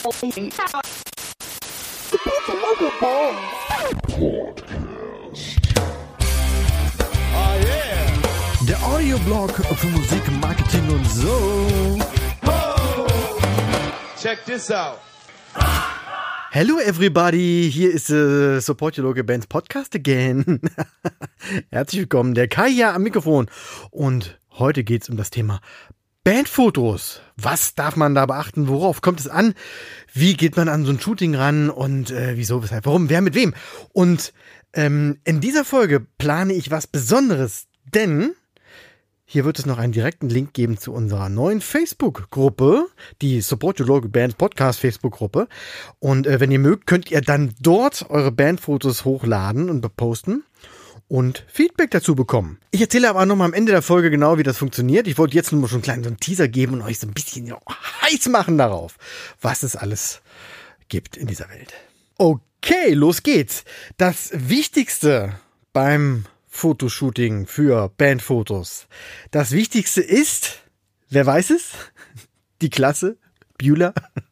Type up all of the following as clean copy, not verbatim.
Der Audioblog für Musik, Marketing und so. Check this out. Hello everybody, hier ist Support Your Local Bands Podcast again. Herzlich willkommen, der Kai hier am Mikrofon. Und heute geht's um das Thema Bandfotos. Was darf man da beachten? Worauf kommt es an? Wie geht man an so ein Shooting ran? Und wieso, weshalb, warum, wer mit wem? Und in dieser Folge plane ich was Besonderes, denn hier wird es noch einen direkten Link geben zu unserer neuen Facebook-Gruppe, die Support Your Local Bands Podcast Facebook-Gruppe. Und wenn ihr mögt, könnt ihr dann dort eure Bandfotos hochladen und posten und Feedback dazu bekommen. Ich erzähle aber nochmal am Ende der Folge genau, wie das funktioniert. Ich wollte jetzt nur schon einen kleinen Teaser geben und euch so ein bisschen heiß machen darauf, was es alles gibt in dieser Welt. Okay, los geht's. Das Wichtigste beim Fotoshooting für Bandfotos. Das Wichtigste ist, wer weiß es? Die Klasse Bueller.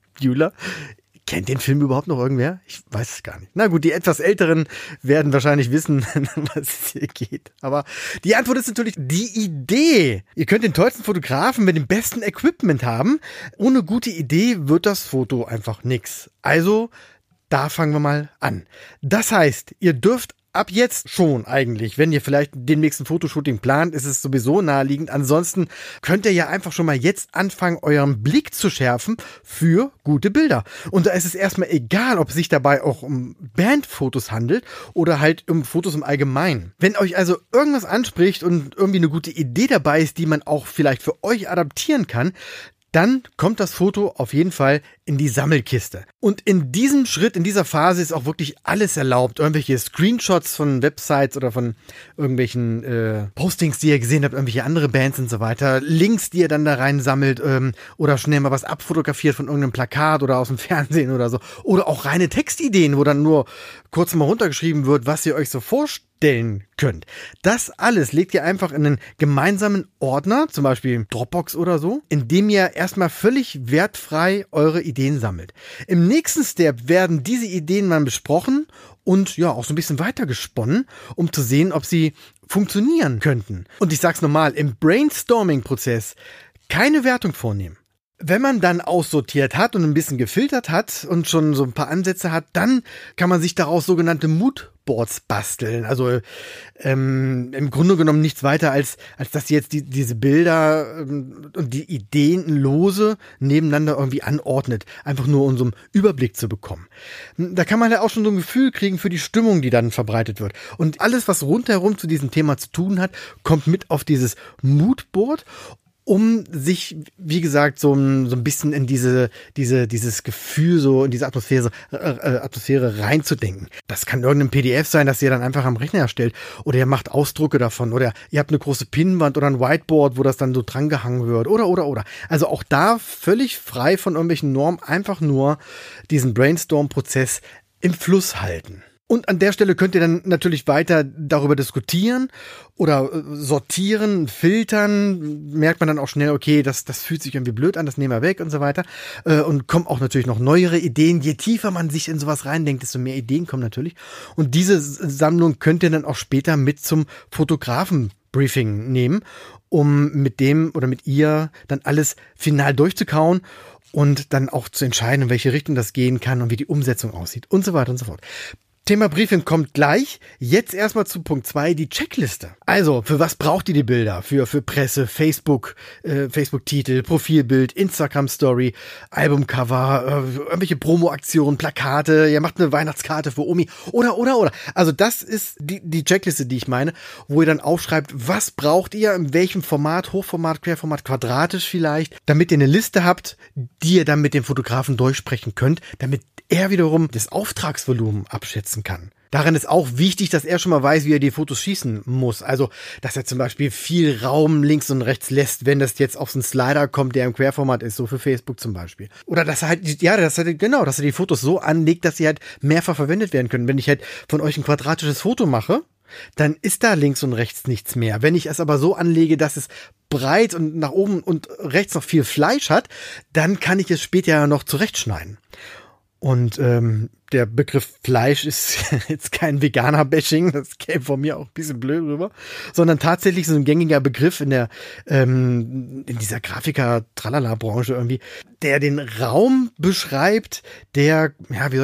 Kennt den Film überhaupt noch irgendwer? Ich weiß es gar nicht. Na gut, die etwas Älteren werden wahrscheinlich wissen, was es hier geht. Aber die Antwort ist natürlich die Idee. Ihr könnt den tollsten Fotografen mit dem besten Equipment haben. Ohne gute Idee wird das Foto einfach nix. Also, da fangen wir mal an. Das heißt, ihr dürft ab jetzt schon eigentlich, wenn ihr vielleicht den nächsten Fotoshooting plant, ist es sowieso naheliegend. Ansonsten könnt ihr ja einfach schon mal jetzt anfangen, euren Blick zu schärfen für gute Bilder. Und da ist es erstmal egal, ob es sich dabei auch um Bandfotos handelt oder halt um Fotos im Allgemeinen. Wenn euch also irgendwas anspricht und irgendwie eine gute Idee dabei ist, die man auch vielleicht für euch adaptieren kann, dann kommt das Foto auf jeden Fall in die Sammelkiste. Und in diesem Schritt, in dieser Phase ist auch wirklich alles erlaubt. Irgendwelche Screenshots von Websites oder von irgendwelchen Postings, die ihr gesehen habt, irgendwelche andere Bands und so weiter. Links, die ihr dann da rein sammelt oder schnell mal was abfotografiert von irgendeinem Plakat oder aus dem Fernsehen oder so. Oder auch reine Textideen, wo dann nur kurz mal runtergeschrieben wird, was ihr euch so vorstellen könnt. Das alles legt ihr einfach in einen gemeinsamen Ordner, zum Beispiel Dropbox oder so, in dem ihr erstmal völlig wertfrei eure Ideen sammelt. Im nächsten Step werden diese Ideen dann besprochen und ja auch so ein bisschen weitergesponnen, um zu sehen, ob sie funktionieren könnten. Und ich sag's nochmal, im Brainstorming-Prozess keine Wertung vornehmen. Wenn man dann aussortiert hat und ein bisschen gefiltert hat und schon so ein paar Ansätze hat, dann kann man sich daraus sogenannte Moodboards basteln. Also im Grunde genommen nichts weiter, als dass ihr jetzt diese Bilder und die Ideen lose nebeneinander irgendwie anordnet. Einfach nur um so einen Überblick zu bekommen. Da kann man ja auch schon so ein Gefühl kriegen für die Stimmung, die dann verbreitet wird. Und alles, was rundherum zu diesem Thema zu tun hat, kommt mit auf dieses Moodboard, um sich, wie gesagt, so ein bisschen in dieses Gefühl, so in diese Atmosphäre reinzudenken. Das kann irgendein PDF sein, das ihr dann einfach am Rechner erstellt, oder ihr macht Ausdrucke davon, oder ihr habt eine große Pinnwand oder ein Whiteboard, wo das dann so drangehangen wird, oder. Also auch da völlig frei von irgendwelchen Normen, einfach nur diesen Brainstorm-Prozess im Fluss halten. Und an der Stelle könnt ihr dann natürlich weiter darüber diskutieren oder sortieren, filtern. Merkt man dann auch schnell, okay, das fühlt sich irgendwie blöd an, das nehmen wir weg und so weiter. Und kommen auch natürlich noch neuere Ideen. Je tiefer man sich in sowas reindenkt, desto mehr Ideen kommen natürlich. Und diese Sammlung könnt ihr dann auch später mit zum Fotografen-Briefing nehmen, um mit dem oder mit ihr dann alles final durchzukauen und dann auch zu entscheiden, in welche Richtung das gehen kann und wie die Umsetzung aussieht und so weiter und so fort. Thema Briefing kommt gleich. Jetzt erstmal zu Punkt 2, die Checkliste. Also, für was braucht ihr die Bilder? Für Presse, Facebook, Facebook-Titel, Profilbild, Instagram-Story, Albumcover, irgendwelche Promo-Aktionen, Plakate, ihr macht eine Weihnachtskarte für Omi oder. Also das ist die Checkliste, die ich meine, wo ihr dann aufschreibt, was braucht ihr, in welchem Format, Hochformat, Querformat, quadratisch vielleicht, damit ihr eine Liste habt, die ihr dann mit dem Fotografen durchsprechen könnt, damit er wiederum das Auftragsvolumen abschätzen kann. Darin ist auch wichtig, dass er schon mal weiß, wie er die Fotos schießen muss. Also, dass er zum Beispiel viel Raum links und rechts lässt, wenn das jetzt auf so einen Slider kommt, der im Querformat ist, so für Facebook zum Beispiel. Oder dass er halt, dass er die Fotos so anlegt, dass sie halt mehrfach verwendet werden können. Wenn ich halt von euch ein quadratisches Foto mache, dann ist da links und rechts nichts mehr. Wenn ich es aber so anlege, dass es breit und nach oben und rechts noch viel Fleisch hat, dann kann ich es später ja noch zurechtschneiden. Und der Begriff Fleisch ist jetzt kein Veganer-Bashing, das käme von mir auch ein bisschen blöd rüber, sondern tatsächlich so ein gängiger Begriff in dieser Grafiker-Tralala-Branche irgendwie, der den Raum beschreibt, der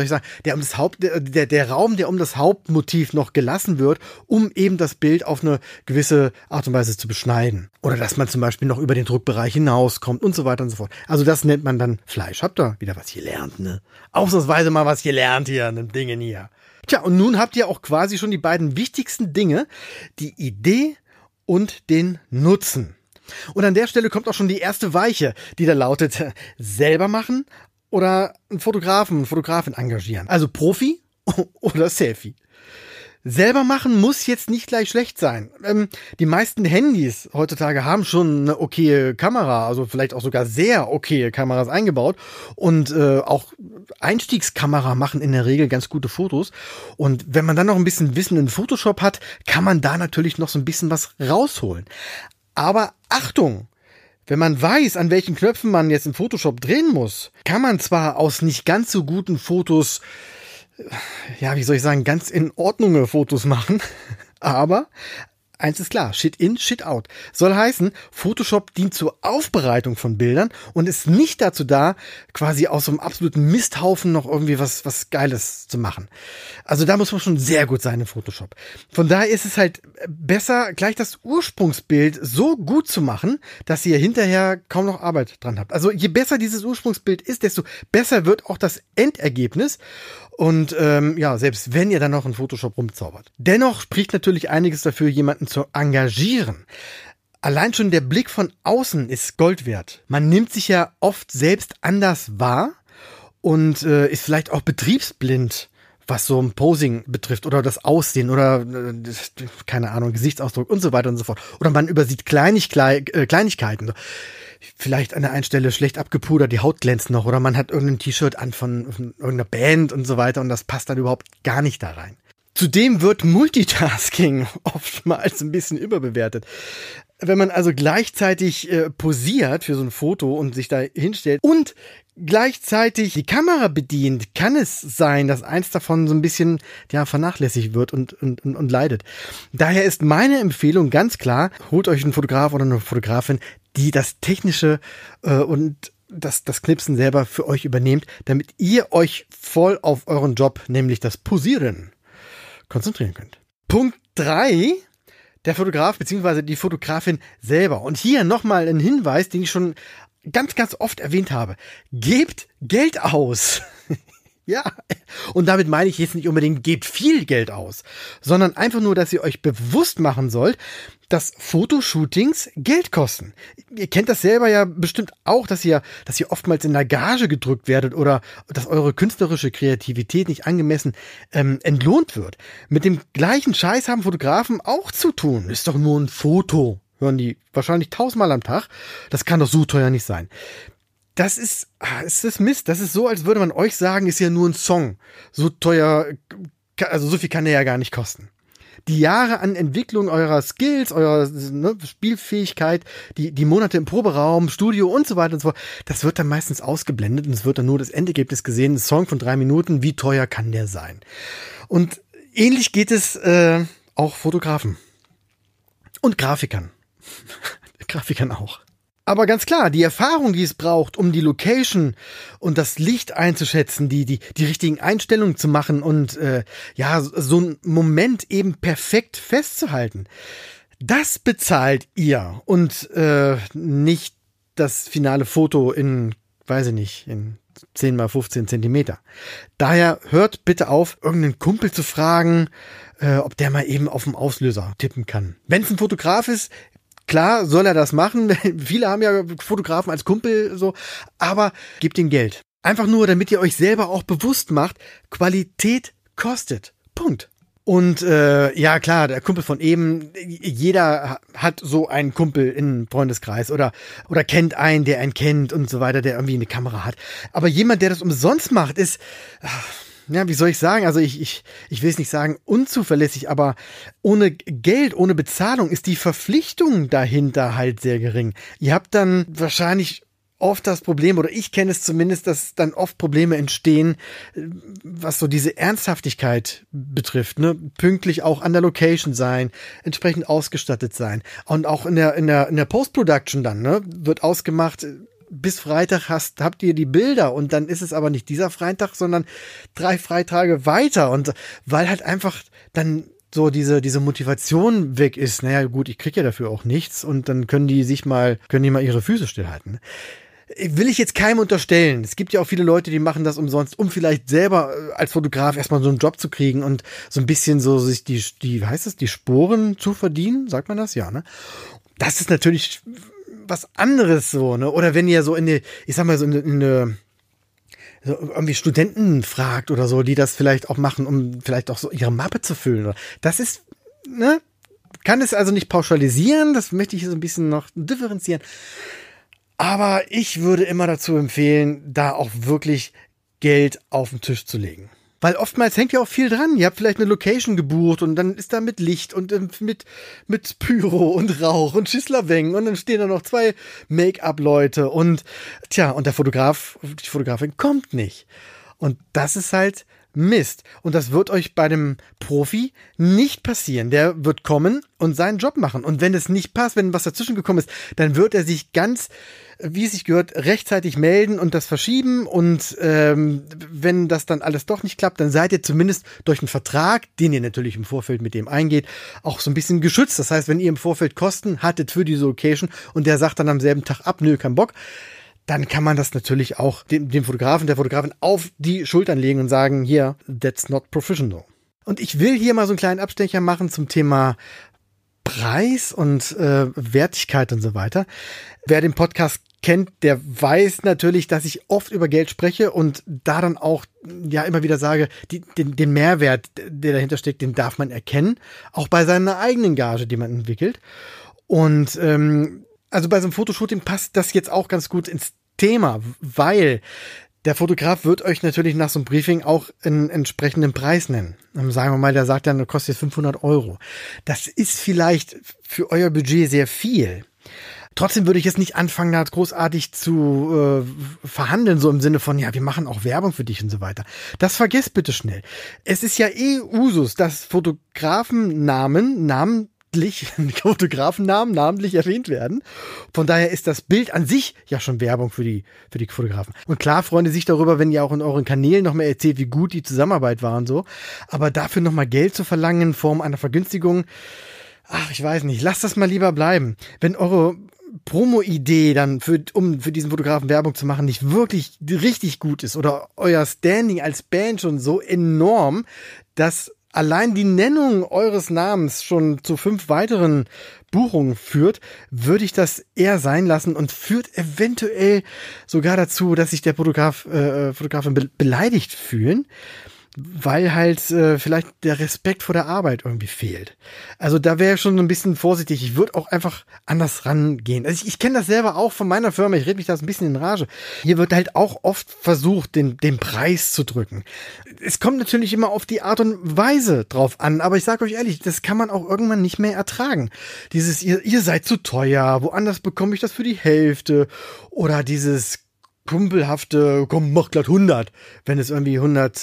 Raum, der um das Hauptmotiv noch gelassen wird, um eben das Bild auf eine gewisse Art und Weise zu beschneiden. Oder dass man zum Beispiel noch über den Druckbereich hinauskommt und so weiter und so fort. Also das nennt man dann Fleisch. Habt ihr wieder was gelernt, ne? Ausnahmsweise mal was gelernt hier an den Dingen hier. Tja, und nun habt ihr auch quasi schon die beiden wichtigsten Dinge, die Idee und den Nutzen. Und an der Stelle kommt auch schon die erste Weiche, die da lautet, selber machen oder einen Fotografin engagieren. Also Profi oder Selfie. Selber machen muss jetzt nicht gleich schlecht sein. Die meisten Handys heutzutage haben schon eine okaye Kamera, also vielleicht auch sogar sehr okaye Kameras eingebaut. Und auch Einstiegskamera machen in der Regel ganz gute Fotos. Und wenn man dann noch ein bisschen Wissen in Photoshop hat, kann man da natürlich noch so ein bisschen was rausholen. Aber Achtung! Wenn man weiß, an welchen Knöpfen man jetzt in Photoshop drehen muss, kann man zwar aus nicht ganz so guten Fotos ganz in Ordnung Fotos machen. Aber eins ist klar, Shit in, Shit out. Soll heißen, Photoshop dient zur Aufbereitung von Bildern und ist nicht dazu da, quasi aus so einem absoluten Misthaufen noch irgendwie was Geiles zu machen. Also da muss man schon sehr gut sein in Photoshop. Von daher ist es halt besser, gleich das Ursprungsbild so gut zu machen, dass ihr hinterher kaum noch Arbeit dran habt. Also je besser dieses Ursprungsbild ist, desto besser wird auch das Endergebnis. Und selbst wenn ihr dann noch in Photoshop rumzaubert. Dennoch spricht natürlich einiges dafür, jemanden zu engagieren. Allein schon der Blick von außen ist Gold wert. Man nimmt sich ja oft selbst anders wahr und ist vielleicht auch betriebsblind, was so ein Posing betrifft oder das Aussehen oder keine Ahnung, Gesichtsausdruck und so weiter und so fort. Oder man übersieht Kleinigkeiten. Vielleicht an der einen Stelle schlecht abgepudert, die Haut glänzt noch oder man hat irgendein T-Shirt an von irgendeiner Band und so weiter und das passt dann überhaupt gar nicht da rein. Zudem wird Multitasking oftmals ein bisschen überbewertet. Wenn man also gleichzeitig posiert für so ein Foto und sich da hinstellt und gleichzeitig die Kamera bedient, kann es sein, dass eins davon so ein bisschen vernachlässigt wird und leidet. Daher ist meine Empfehlung ganz klar, holt euch einen Fotograf oder eine Fotografin, die das Technische und das Knipsen selber für euch übernehmt, damit ihr euch voll auf euren Job, nämlich das Posieren, konzentrieren könnt. Punkt 3, der Fotograf bzw. die Fotografin selber. Und hier nochmal ein Hinweis, den ich schon ganz, ganz oft erwähnt habe. Gebt Geld aus. Ja, und damit meine ich jetzt nicht unbedingt, gebt viel Geld aus, sondern einfach nur, dass ihr euch bewusst machen sollt, dass Fotoshootings Geld kosten. Ihr kennt das selber ja bestimmt auch, dass ihr oftmals in der Gage gedrückt werdet oder dass eure künstlerische Kreativität nicht angemessen entlohnt wird. Mit dem gleichen Scheiß haben Fotografen auch zu tun. Ist doch nur ein Foto. Hören die wahrscheinlich 1000-mal am Tag. Das kann doch so teuer nicht sein. Das ist Mist. Das ist so, als würde man euch sagen, ist ja nur ein Song. So teuer, also so viel kann der ja gar nicht kosten. Die Jahre an Entwicklung eurer Skills, eurer Spielfähigkeit, die Monate im Proberaum, Studio und so weiter und so fort, das wird dann meistens ausgeblendet und es wird dann nur das Endergebnis gesehen, ein Song von 3 Minuten, wie teuer kann der sein? Und ähnlich geht es auch Fotografen. Und Grafikern. Grafikern auch. Aber ganz klar, die Erfahrung, die es braucht, um die Location und das Licht einzuschätzen, die richtigen Einstellungen zu machen und so einen Moment eben perfekt festzuhalten, das bezahlt ihr und nicht das finale Foto in 10 mal 15 Zentimeter. Daher hört bitte auf, irgendeinen Kumpel zu fragen, ob der mal eben auf dem Auslöser tippen kann. Wenn es ein Fotograf ist, klar soll er das machen. Viele haben ja Fotografen als Kumpel so, aber gebt ihm Geld. Einfach nur, damit ihr euch selber auch bewusst macht, Qualität kostet. Punkt. Und klar, der Kumpel von eben, jeder hat so einen Kumpel im Freundeskreis oder kennt einen, der einen kennt und so weiter, der irgendwie eine Kamera hat. Aber jemand, der das umsonst macht, ist wie soll ich sagen, also ich will es nicht sagen unzuverlässig, aber ohne Geld, ohne Bezahlung ist die Verpflichtung dahinter halt sehr gering. Ihr habt dann wahrscheinlich oft das Problem, oder ich kenne es zumindest, dass dann oft Probleme entstehen, was so diese Ernsthaftigkeit betrifft, ne? Pünktlich auch an der Location sein, entsprechend ausgestattet sein. Und auch in der Post-Production dann, ne? Wird ausgemacht, bis Freitag habt ihr die Bilder, und dann ist es aber nicht dieser Freitag, sondern 3 Freitage weiter, und weil halt einfach dann so diese Motivation weg ist, naja gut, ich krieg ja dafür auch nichts, und dann können die mal ihre Füße stillhalten. Will ich jetzt keinem unterstellen. Es gibt ja auch viele Leute, die machen das umsonst, um vielleicht selber als Fotograf erstmal so einen Job zu kriegen und so ein bisschen so sich die Sporen zu verdienen, sagt man das? Ja, ne? Das ist natürlich was anderes so, ne? Oder wenn ihr so in eine so irgendwie Studenten fragt oder so, die das vielleicht auch machen, um vielleicht auch so ihre Mappe zu füllen. Das ist, ne? Kann es also nicht pauschalisieren, das möchte ich so ein bisschen noch differenzieren. Aber ich würde immer dazu empfehlen, da auch wirklich Geld auf den Tisch zu legen. Weil oftmals hängt ja auch viel dran. Ihr habt vielleicht eine Location gebucht und dann ist da mit Licht und mit Pyro und Rauch und Schisslerweng und dann stehen da noch 2 Make-up-Leute und und die Fotografin kommt nicht. Und das ist halt Mist. Und das wird euch bei dem Profi nicht passieren. Der wird kommen und seinen Job machen. Und wenn es nicht passt, wenn was dazwischen gekommen ist, dann wird er sich ganz, wie es sich gehört, rechtzeitig melden und das verschieben. Und wenn das dann alles doch nicht klappt, dann seid ihr zumindest durch einen Vertrag, den ihr natürlich im Vorfeld mit dem eingeht, auch so ein bisschen geschützt. Das heißt, wenn ihr im Vorfeld Kosten hattet für diese Location und der sagt dann am selben Tag ab, nö, kein Bock, dann kann man das natürlich auch dem Fotografen, der Fotografin auf die Schultern legen und sagen, hier, that's not professional. Und ich will hier mal so einen kleinen Abstecher machen zum Thema Preis und Wertigkeit und so weiter. Wer den Podcast kennt, der weiß natürlich, dass ich oft über Geld spreche und da dann auch immer wieder sage, den Mehrwert, der dahinter steckt, den darf man erkennen, auch bei seiner eigenen Gage, die man entwickelt. Und also bei so einem Fotoshooting passt das jetzt auch ganz gut ins Thema, weil der Fotograf wird euch natürlich nach so einem Briefing auch einen entsprechenden Preis nennen. Sagen wir mal, der sagt dann, das kostet jetzt 500 €. Das ist vielleicht für euer Budget sehr viel. Trotzdem würde ich jetzt nicht anfangen, da großartig zu verhandeln, so im Sinne von, ja, wir machen auch Werbung für dich und so weiter. Das vergesst bitte schnell. Es ist ja Usus, dass Fotografennamen namentlich erwähnt werden. Von daher ist das Bild an sich ja schon Werbung für die Fotografen. Und klar freuen die sich darüber, wenn ihr auch in euren Kanälen noch mal erzählt, wie gut die Zusammenarbeit war und so. Aber dafür noch mal Geld zu verlangen in Form einer Vergünstigung, ich weiß nicht, lasst das mal lieber bleiben. Wenn eure Promo-Idee dann um für diesen Fotografen Werbung zu machen, nicht wirklich richtig gut ist oder euer Standing als Band schon so enorm, dass allein die Nennung eures Namens schon zu 5 weiteren Buchungen führt, würde ich das eher sein lassen und führt eventuell sogar dazu, dass sich der Fotografin beleidigt fühlen, weil halt vielleicht der Respekt vor der Arbeit irgendwie fehlt. Also da wäre ich schon so ein bisschen vorsichtig. Ich würde auch einfach anders rangehen. Also ich kenne das selber auch von meiner Firma. Ich rede mich da so ein bisschen in Rage. Hier wird halt auch oft versucht, den Preis zu drücken. Es kommt natürlich immer auf die Art und Weise drauf an. Aber ich sage euch ehrlich, das kann man auch irgendwann nicht mehr ertragen. Dieses, ihr seid zu teuer. Woanders bekomme ich das für die Hälfte. Oder dieses kumpelhafte, komm, mach glatt 100, wenn es irgendwie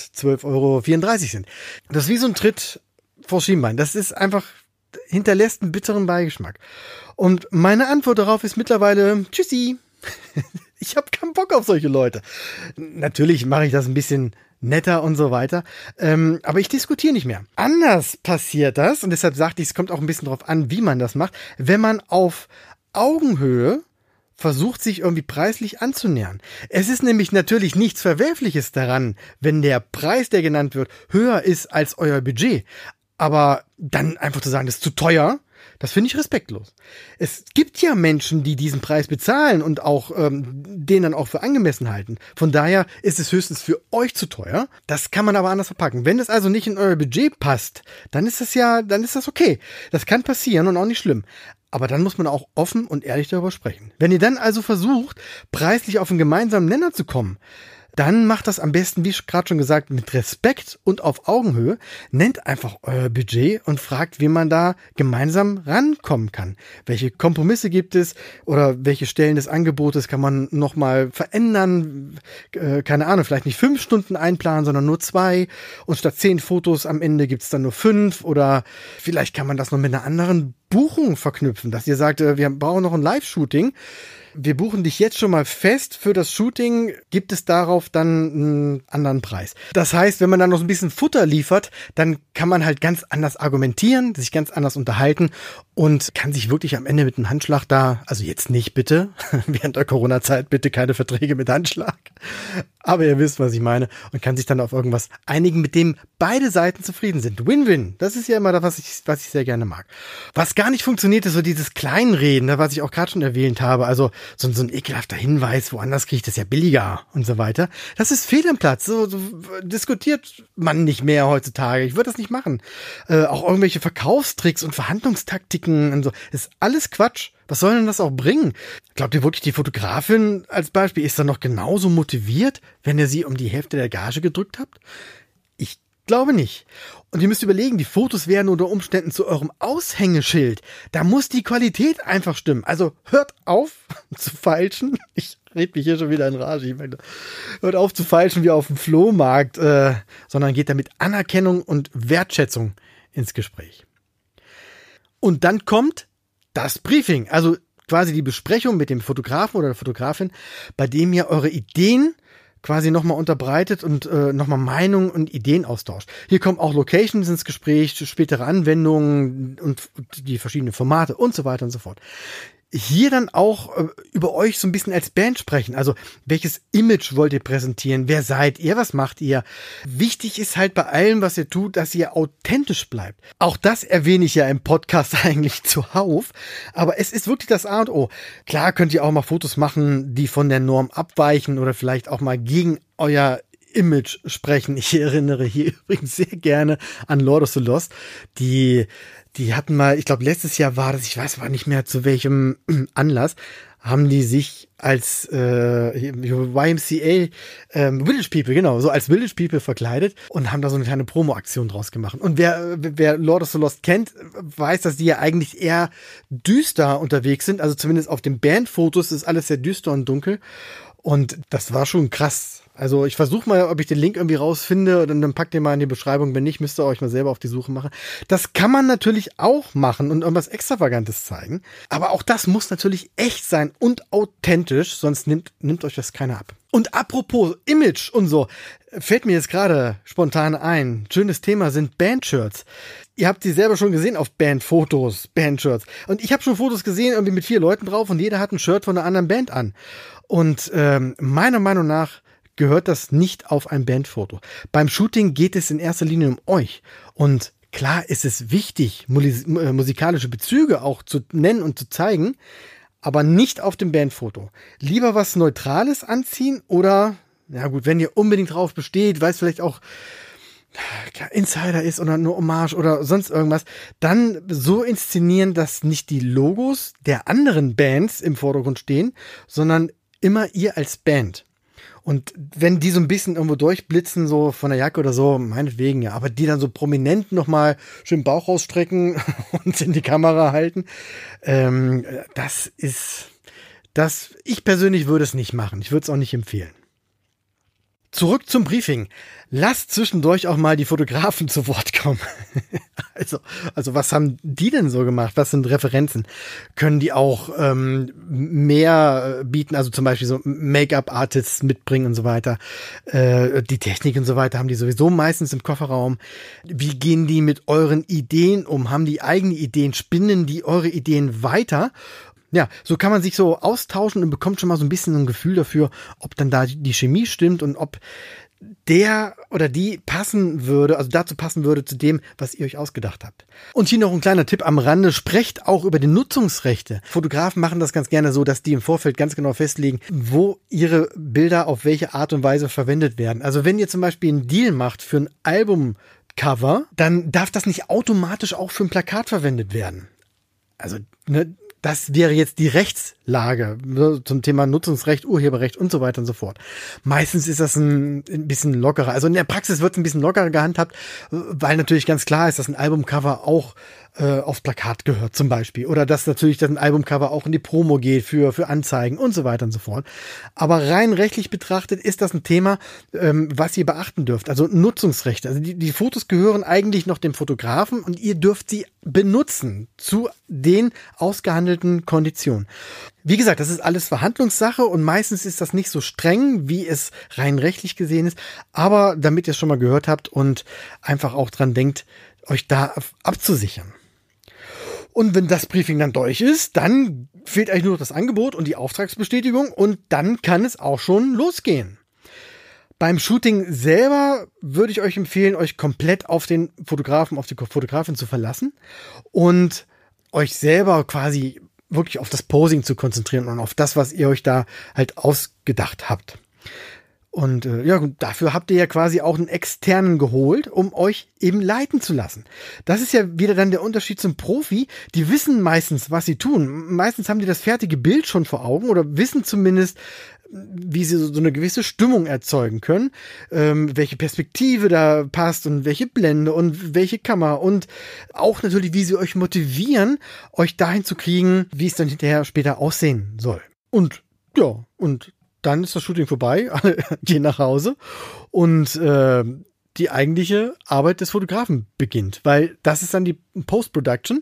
112,34 € sind. Das ist wie so ein Tritt vor Schienbein. Das ist einfach, hinterlässt einen bitteren Beigeschmack. Und meine Antwort darauf ist mittlerweile, tschüssi. Ich habe keinen Bock auf solche Leute. Natürlich mache ich das ein bisschen netter und so weiter, aber ich diskutiere nicht mehr. Anders passiert das, und deshalb sagte ich, es kommt auch ein bisschen drauf an, wie man das macht, wenn man auf Augenhöhe versucht, sich irgendwie preislich anzunähern. Es ist nämlich natürlich nichts Verwerfliches daran, wenn der Preis, der genannt wird, höher ist als euer Budget. Aber dann einfach zu sagen, das ist zu teuer, das finde ich respektlos. Es gibt ja Menschen, die diesen Preis bezahlen und auch den dann auch für angemessen halten. Von daher ist es höchstens für euch zu teuer. Das kann man aber anders verpacken. Wenn es also nicht in euer Budget passt, dann ist das okay. Das kann passieren und auch nicht schlimm. Aber dann muss man auch offen und ehrlich darüber sprechen. Wenn ihr dann also versucht, preislich auf einen gemeinsamen Nenner zu kommen, dann macht das am besten, wie gerade schon gesagt, mit Respekt und auf Augenhöhe. Nennt einfach euer Budget und fragt, wie man da gemeinsam rankommen kann. Welche Kompromisse gibt es oder welche Stellen des Angebotes kann man nochmal verändern? Keine Ahnung, vielleicht nicht 5 Stunden einplanen, sondern nur 2. Und statt 10 Fotos am Ende gibt es dann nur 5. Oder vielleicht kann man das noch mit einer anderen Buchung verknüpfen, dass ihr sagt, wir brauchen noch ein Live-Shooting. Wir buchen dich jetzt schon mal fest. Für das Shooting gibt es darauf dann einen anderen Preis. Das heißt, wenn man dann noch ein bisschen Futter liefert, dann kann man halt ganz anders argumentieren, sich ganz anders unterhalten und kann sich wirklich am Ende mit einem Handschlag da, also jetzt nicht bitte, während der Corona-Zeit bitte keine Verträge mit Handschlag, aber ihr wisst, was ich meine, und kann sich dann auf irgendwas einigen, mit dem beide Seiten zufrieden sind. Win-Win, das ist ja immer das, was ich sehr gerne mag. Was gar nicht funktioniert, ist so dieses Kleinreden, was ich auch gerade schon erwähnt habe, also so ein ekelhafter Hinweis, woanders kriege ich das ja billiger und so weiter. Das ist fehl am Platz. So diskutiert man nicht mehr heutzutage. Ich würde das nicht machen. Auch irgendwelche Verkaufstricks und Verhandlungstaktiken und so. Das ist alles Quatsch. Was soll denn das auch bringen? Glaubt ihr wirklich, die Fotografin als Beispiel ist dann noch genauso motiviert, wenn ihr sie um die Hälfte der Gage gedrückt habt? Ich glaube nicht. Und ihr müsst überlegen, die Fotos werden unter Umständen zu eurem Aushängeschild. Da muss die Qualität einfach stimmen. Also hört auf zu feilschen. Ich rede mich hier schon wieder in Rage. Ich meine, hört auf zu feilschen wie auf dem Flohmarkt, sondern geht da mit Anerkennung und Wertschätzung ins Gespräch. Und dann kommt das Briefing, also quasi die Besprechung mit dem Fotografen oder der Fotografin, bei dem ihr eure Ideen quasi nochmal unterbreitet und nochmal Meinungen und Ideen austauscht. Hier kommen auch Locations ins Gespräch, spätere Anwendungen und die verschiedenen Formate und so weiter und so fort. Hier dann auch über euch so ein bisschen als Band sprechen. Also welches Image wollt ihr präsentieren? Wer seid ihr? Was macht ihr? Wichtig ist halt bei allem, was ihr tut, dass ihr authentisch bleibt. Auch das erwähne ich ja im Podcast eigentlich zuhauf. Aber es ist wirklich das A und O. Klar könnt ihr auch mal Fotos machen, die von der Norm abweichen oder vielleicht auch mal gegen euer Image sprechen. Ich erinnere hier übrigens sehr gerne an Lord of the Lost. Die hatten mal, ich glaube letztes Jahr war das, ich weiß aber nicht mehr zu welchem Anlass, haben die sich als YMCA Village People, genau, so als Village People verkleidet und haben da so eine kleine Promo-Aktion draus gemacht. Und wer Lord of the Lost kennt, weiß, dass die ja eigentlich eher düster unterwegs sind. Also zumindest auf den Bandfotos ist alles sehr düster und dunkel. Und das war schon krass. Also ich versuche mal, ob ich den Link irgendwie rausfinde und dann packt ihr mal in die Beschreibung. Wenn nicht, müsst ihr euch mal selber auf die Suche machen. Das kann man natürlich auch machen und irgendwas Extravagantes zeigen. Aber auch das muss natürlich echt sein und authentisch, sonst nimmt euch das keiner ab. Und apropos Image und so, fällt mir jetzt gerade spontan ein. Schönes Thema sind Bandshirts. Ihr habt sie selber schon gesehen auf Bandfotos, Bandshirts. Und ich habe schon Fotos gesehen, irgendwie mit 4 Leuten drauf und jeder hat ein Shirt von einer anderen Band an. Und meiner Meinung nach gehört das nicht auf ein Bandfoto. Beim Shooting geht es in erster Linie um euch. Und klar ist es wichtig, musikalische Bezüge auch zu nennen und zu zeigen, aber nicht auf dem Bandfoto. Lieber was Neutrales anziehen oder, ja gut, wenn ihr unbedingt drauf besteht, weil es vielleicht auch Insider ist oder nur Hommage oder sonst irgendwas, dann so inszenieren, dass nicht die Logos der anderen Bands im Vordergrund stehen, sondern immer ihr als Band. Und wenn die so ein bisschen irgendwo durchblitzen, so von der Jacke oder so, meinetwegen, ja, aber die dann so prominent nochmal schön Bauch rausstrecken und in die Kamera halten, ich persönlich würde es nicht machen. Ich würde es auch nicht empfehlen. Zurück zum Briefing. Lasst zwischendurch auch mal die Fotografen zu Wort kommen. Also was haben die denn so gemacht? Was sind Referenzen? Können die auch mehr bieten? Also zum Beispiel so Make-up-Artists mitbringen und so weiter. Die Technik und so weiter haben die sowieso meistens im Kofferraum. Wie gehen die mit euren Ideen um? Haben die eigene Ideen? Spinnen die eure Ideen weiter? Ja, so kann man sich so austauschen und bekommt schon mal so ein bisschen ein Gefühl dafür, ob dann da die Chemie stimmt und ob der oder die passen würde, also dazu passen würde zu dem, was ihr euch ausgedacht habt. Und hier noch ein kleiner Tipp am Rande, sprecht auch über die Nutzungsrechte. Fotografen machen das ganz gerne so, dass die im Vorfeld ganz genau festlegen, wo ihre Bilder auf welche Art und Weise verwendet werden. Also wenn ihr zum Beispiel einen Deal macht für ein Albumcover, dann darf das nicht automatisch auch für ein Plakat verwendet werden. Also, Das wäre jetzt die Rechtslage zum Thema Nutzungsrecht, Urheberrecht und so weiter und so fort. Meistens ist das ein bisschen lockerer. Also in der Praxis wird es ein bisschen lockerer gehandhabt, weil natürlich ganz klar ist, dass ein Albumcover auch aufs Plakat gehört zum Beispiel. Oder dass natürlich ein Albumcover auch in die Promo geht für Anzeigen und so weiter und so fort. Aber rein rechtlich betrachtet ist das ein Thema, was ihr beachten dürft. Also Nutzungsrechte. Also die Fotos gehören eigentlich noch dem Fotografen und ihr dürft sie benutzen zu den ausgehandelten Konditionen. Wie gesagt, das ist alles Verhandlungssache und meistens ist das nicht so streng, wie es rein rechtlich gesehen ist. Aber damit ihr es schon mal gehört habt und einfach auch dran denkt, euch da abzusichern. Und wenn das Briefing dann durch ist, dann fehlt eigentlich nur noch das Angebot und die Auftragsbestätigung und dann kann es auch schon losgehen. Beim Shooting selber würde ich euch empfehlen, euch komplett auf den Fotografen, auf die Fotografin zu verlassen und euch selber quasi wirklich auf das Posing zu konzentrieren und auf das, was ihr euch da halt ausgedacht habt. Und dafür habt ihr ja quasi auch einen Externen geholt, um euch eben leiten zu lassen. Das ist ja wieder dann der Unterschied zum Profi. Die wissen meistens, was sie tun. Meistens haben die das fertige Bild schon vor Augen oder wissen zumindest, wie sie so eine gewisse Stimmung erzeugen können, welche Perspektive da passt und welche Blende und welche Kamera und auch natürlich, wie sie euch motivieren, euch dahin zu kriegen, wie es dann hinterher später aussehen soll. Und dann ist das Shooting vorbei, alle gehen nach Hause und die eigentliche Arbeit des Fotografen beginnt, weil das ist dann die Post-Production.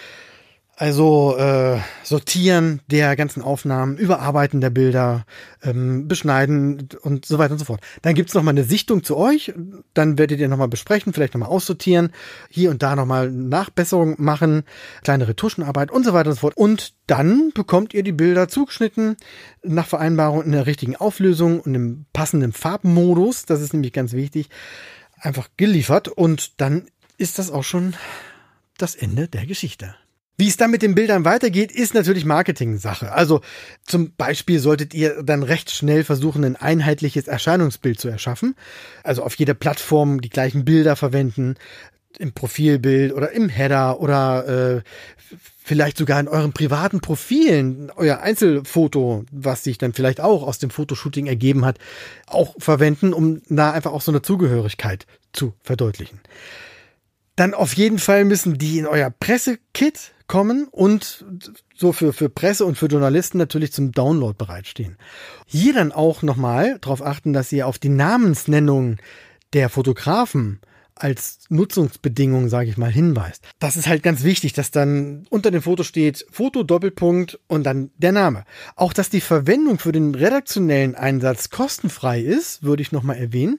Also Sortieren der ganzen Aufnahmen, Überarbeiten der Bilder, Beschneiden und so weiter und so fort. Dann gibt's noch mal eine Sichtung zu euch, dann werdet ihr nochmal besprechen, vielleicht nochmal aussortieren, hier und da nochmal Nachbesserungen machen, kleine Retuschenarbeit und so weiter und so fort. Und dann bekommt ihr die Bilder zugeschnitten, nach Vereinbarung in der richtigen Auflösung und im passenden Farbmodus, das ist nämlich ganz wichtig, einfach geliefert und dann ist das auch schon das Ende der Geschichte. Wie es dann mit den Bildern weitergeht, ist natürlich Marketing-Sache. Also zum Beispiel solltet ihr dann recht schnell versuchen, ein einheitliches Erscheinungsbild zu erschaffen. Also auf jeder Plattform die gleichen Bilder verwenden, im Profilbild oder im Header oder vielleicht sogar in euren privaten Profilen, euer Einzelfoto, was sich dann vielleicht auch aus dem Fotoshooting ergeben hat, auch verwenden, um da einfach auch so eine Zugehörigkeit zu verdeutlichen. Dann auf jeden Fall müssen die in euer Pressekit kommen und so für Presse und für Journalisten natürlich zum Download bereitstehen. Hier dann auch nochmal darauf achten, dass ihr auf die Namensnennung der Fotografen als Nutzungsbedingung, sage ich mal, hinweist. Das ist halt ganz wichtig, dass dann unter dem Foto steht Foto, Doppelpunkt und dann der Name. Auch, dass die Verwendung für den redaktionellen Einsatz kostenfrei ist, würde ich nochmal erwähnen.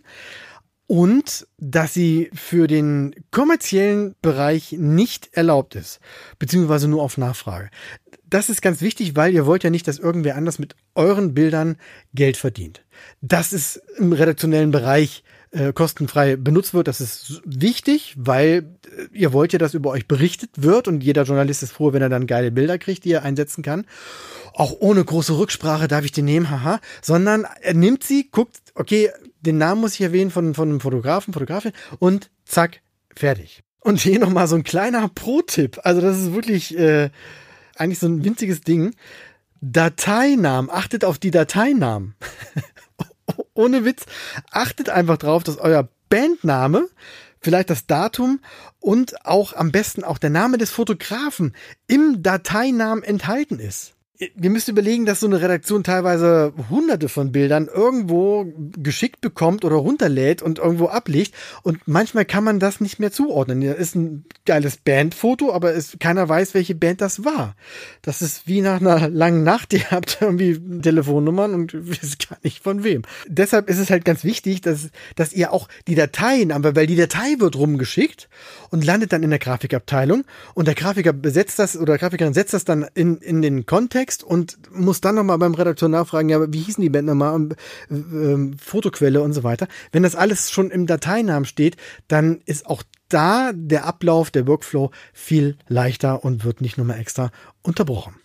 Und dass sie für den kommerziellen Bereich nicht erlaubt ist, beziehungsweise nur auf Nachfrage. Das ist ganz wichtig, weil ihr wollt ja nicht, dass irgendwer anders mit euren Bildern Geld verdient. Das ist im redaktionellen Bereich kostenfrei benutzt wird. Das ist wichtig, weil ihr wollt ja, dass über euch berichtet wird und jeder Journalist ist froh, wenn er dann geile Bilder kriegt, die er einsetzen kann. Auch ohne große Rücksprache darf ich die nehmen, sondern er nimmt sie, guckt, okay, den Namen muss ich erwähnen von einem Fotografen, Fotografin und zack, fertig. Und hier nochmal so ein kleiner Pro-Tipp. Also das ist wirklich eigentlich so ein winziges Ding. Dateinamen, achtet auf die Dateinamen. Ohne Witz, achtet einfach drauf, dass euer Bandname, vielleicht das Datum und auch am besten auch der Name des Fotografen im Dateinamen enthalten ist. Ihr müsst überlegen, dass so eine Redaktion teilweise hunderte von Bildern irgendwo geschickt bekommt oder runterlädt und irgendwo ablegt und manchmal kann man das nicht mehr zuordnen. Da ist ein geiles Bandfoto, aber keiner weiß, welche Band das war. Das ist wie nach einer langen Nacht, ihr habt irgendwie Telefonnummern und wisst gar nicht von wem. Deshalb ist es halt ganz wichtig, dass ihr auch die Dateien, aber weil die Datei wird rumgeschickt und landet dann in der Grafikabteilung und der Grafiker besetzt das oder Grafikerin setzt das dann in den Kontext und muss dann nochmal beim Redakteur nachfragen, ja, wie hießen die Band nochmal und Fotoquelle und so weiter. Wenn das alles schon im Dateinamen steht, dann ist auch da der Ablauf, der Workflow viel leichter und wird nicht nochmal extra unterbrochen.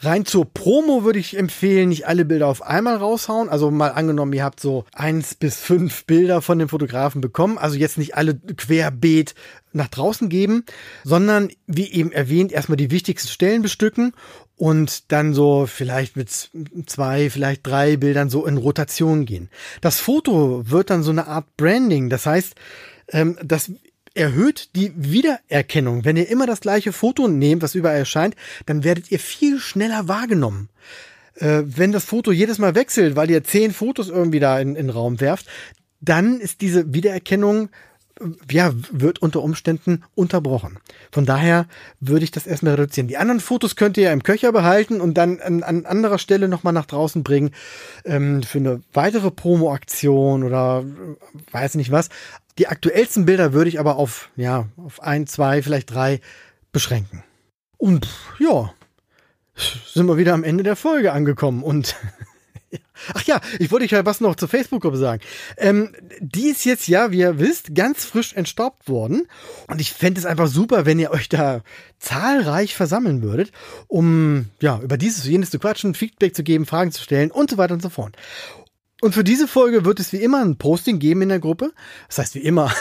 Rein zur Promo würde ich empfehlen, nicht alle Bilder auf einmal raushauen. Also mal angenommen, ihr habt so 1 bis 5 Bilder von dem Fotografen bekommen. Also jetzt nicht alle querbeet nach draußen geben, sondern wie eben erwähnt, erstmal die wichtigsten Stellen bestücken und dann so vielleicht mit 2, vielleicht 3 Bildern so in Rotation gehen. Das Foto wird dann so eine Art Branding. Das heißt, das erhöht die Wiedererkennung. Wenn ihr immer das gleiche Foto nehmt, was überall erscheint, dann werdet ihr viel schneller wahrgenommen. Wenn das Foto jedes Mal wechselt, weil ihr 10 Fotos irgendwie da in den Raum werft, dann ist diese Wiedererkennung, wird unter Umständen unterbrochen. Von daher würde ich das erstmal reduzieren. Die anderen Fotos könnt ihr ja im Köcher behalten und dann an anderer Stelle nochmal nach draußen bringen, für eine weitere Promo-Aktion oder weiß nicht was. Die aktuellsten Bilder würde ich aber auf 1, 2, vielleicht 3 beschränken. Und ja, sind wir wieder am Ende der Folge angekommen und ach ja, ich wollte euch ja was noch zur Facebook-Gruppe sagen. Die ist jetzt wie ihr wisst, ganz frisch entstaubt worden. Und ich fände es einfach super, wenn ihr euch da zahlreich versammeln würdet, um über dieses und jenes zu quatschen, Feedback zu geben, Fragen zu stellen und so weiter und so fort. Und für diese Folge wird es wie immer ein Posting geben in der Gruppe. Das heißt wie immer,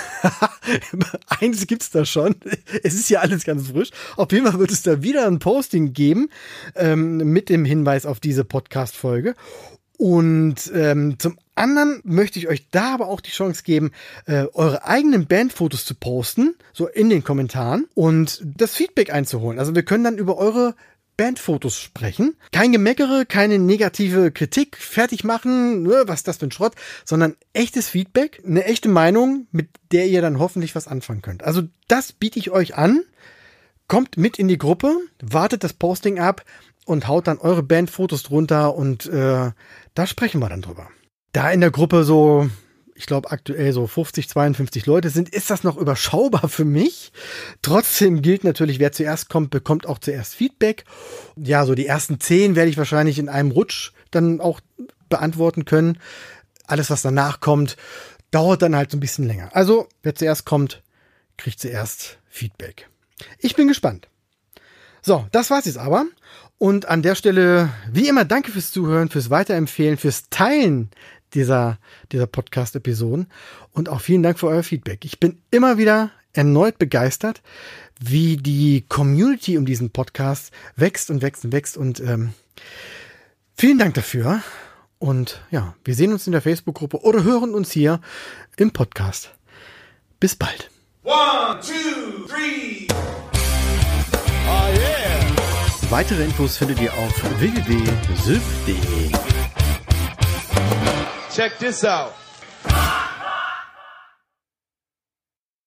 eins gibt's da schon. Es ist ja alles ganz frisch. Auf jeden Fall wird es da wieder ein Posting geben, mit dem Hinweis auf diese Podcast-Folge. Und zum anderen möchte ich euch da aber auch die Chance geben, eure eigenen Bandfotos zu posten, so in den Kommentaren und das Feedback einzuholen. Also wir können dann über eure Bandfotos sprechen. Kein Gemeckere, keine negative Kritik, fertig machen, was ist das für ein Schrott, sondern echtes Feedback, eine echte Meinung, mit der ihr dann hoffentlich was anfangen könnt. Also das biete ich euch an. Kommt mit in die Gruppe, wartet das Posting ab und haut dann eure Bandfotos drunter und da sprechen wir dann drüber. Da in der Gruppe so, ich glaube aktuell so 50, 52 Leute sind, ist das noch überschaubar für mich. Trotzdem gilt natürlich, wer zuerst kommt, bekommt auch zuerst Feedback. Ja, so die ersten 10 werde ich wahrscheinlich in einem Rutsch dann auch beantworten können. Alles, was danach kommt, dauert dann halt so ein bisschen länger. Also, wer zuerst kommt, kriegt zuerst Feedback. Ich bin gespannt. So, das war's jetzt aber. Und an der Stelle, wie immer, danke fürs Zuhören, fürs Weiterempfehlen, fürs Teilen dieser Podcast-Episoden und auch vielen Dank für euer Feedback. Ich bin immer wieder erneut begeistert, wie die Community um diesen Podcast wächst und wächst und wächst und vielen Dank dafür und ja, wir sehen uns in der Facebook-Gruppe oder hören uns hier im Podcast. Bis bald. 1, 2, 3. Oh yeah. Weitere Infos findet ihr auf www.sylph.de. Check this out.